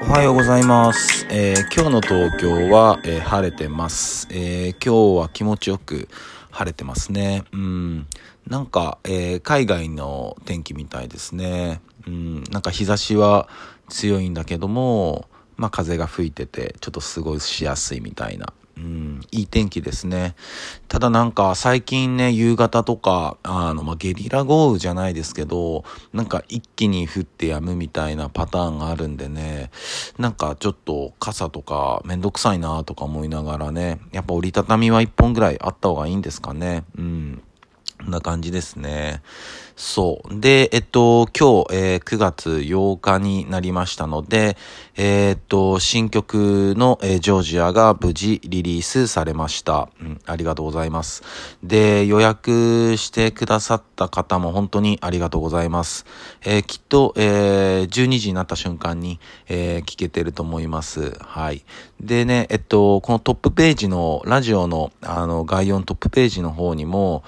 おはようございます。今日の東京は、晴れてます。今日は気持ちよく晴れてますね。なんか、海外の天気みたいですね。なんか日差しは強いんだけども、風が吹いててちょっと過ごしやすいみたいな。いい天気ですね。ただなんか最近ね、夕方とか、ゲリラ豪雨じゃないですけど、なんか一気に降って止むみたいなパターンがあるんでね、なんかちょっと傘とかめんどくさいなとか思いながらね、やっぱ折りたたみは一本ぐらいあった方がいいんですかね。こんな感じですね。そう。で、今日、9月8日になりましたので、新曲の、ジョージアが無事リリースされました。ありがとうございます。で、予約してくださった方も本当にありがとうございます。きっと、12時になった瞬間に、聞けてると思います。はい。でね、このトップページの、ラジオの、概要のトップページの方にも、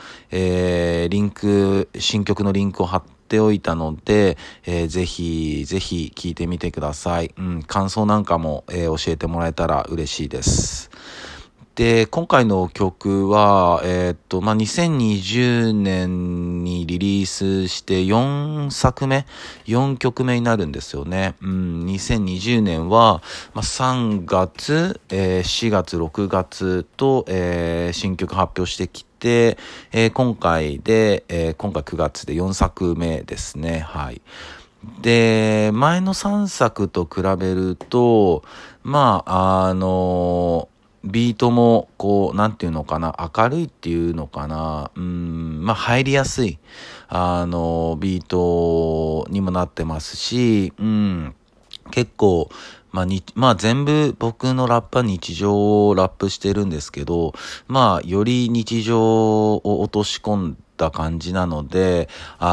新曲のリンクを貼っておいたので、ぜひ聞いてみてください。感想なんかも、教えてもらえたら嬉しいです。で、今回の曲は、2020年にリリースして4曲目になるんですよね。2020年は、3月、4月、6月と、新曲発表してきて、今回9月で4作目ですね。はい。で、前の3作と比べると、ビートも、なんていうのかな、明るいっていうのかな、入りやすい、ビートにもなってますし、結構、全部僕のラップは日常をラップしてるんですけど、より日常を落とし込んだ感じなので、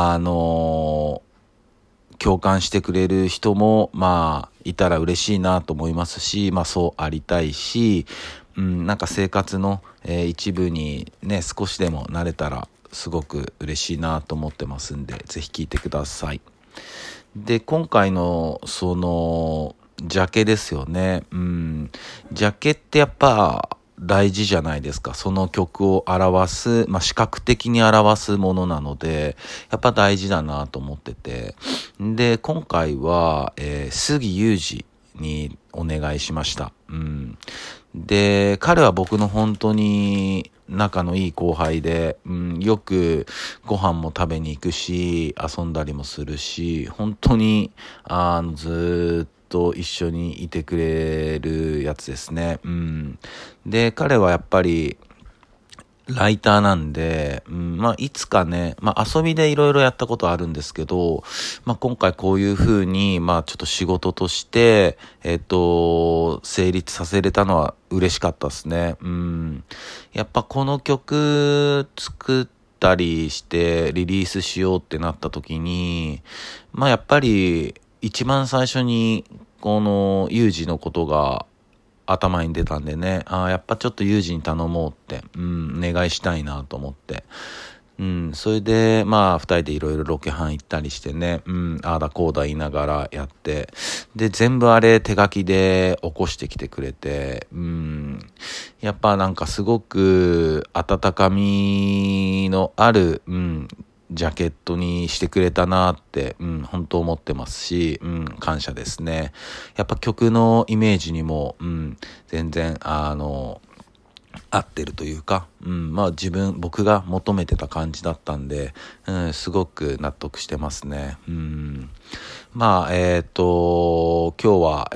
共感してくれる人も、いたら嬉しいなと思いますし、そうありたいし、なんか生活の、一部にね、少しでも慣れたらすごく嬉しいなと思ってますんで、ぜひ聞いてください。で、今回の、ジャケですよね。ジャケってやっぱ、大事じゃないですか。その曲を表す、視覚的に表すものなので、やっぱ大事だなと思ってて。で、今回は、杉裕二にお願いしました。で、彼は僕の本当に仲のいい後輩で、よくご飯も食べに行くし、遊んだりもするし、本当に、ずーっと一緒にいてくれるやつですね。で、彼はやっぱり、ライターなんで、いつかね、遊びでいろいろやったことあるんですけど、今回こういう風に、ちょっと仕事として、成立させれたのは嬉しかったですね。やっぱこの曲作ったりしてリリースしようってなった時に、やっぱり一番最初にこのユージのことが頭に出たんでね、やっぱちょっとユージに頼もうって、お願いしたいなと思って。それで、二人でいろいろロケハン行ったりしてね、ああだこうだ言いながらやって、で、全部あれ手書きで起こしてきてくれて、やっぱなんかすごく温かみのある、ジャケットにしてくれたなって、本当思ってますし、感謝ですね。やっぱ曲のイメージにも、全然、合ってるというか、僕が求めてた感じだったんで、すごく納得してますね。今日は、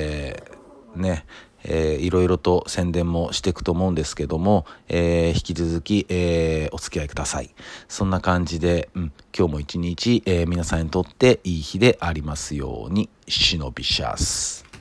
いろいろと宣伝もしていくと思うんですけども、引き続き、お付き合いください。そんな感じで、今日も一日、皆さんにとっていい日でありますように、シノビシャス。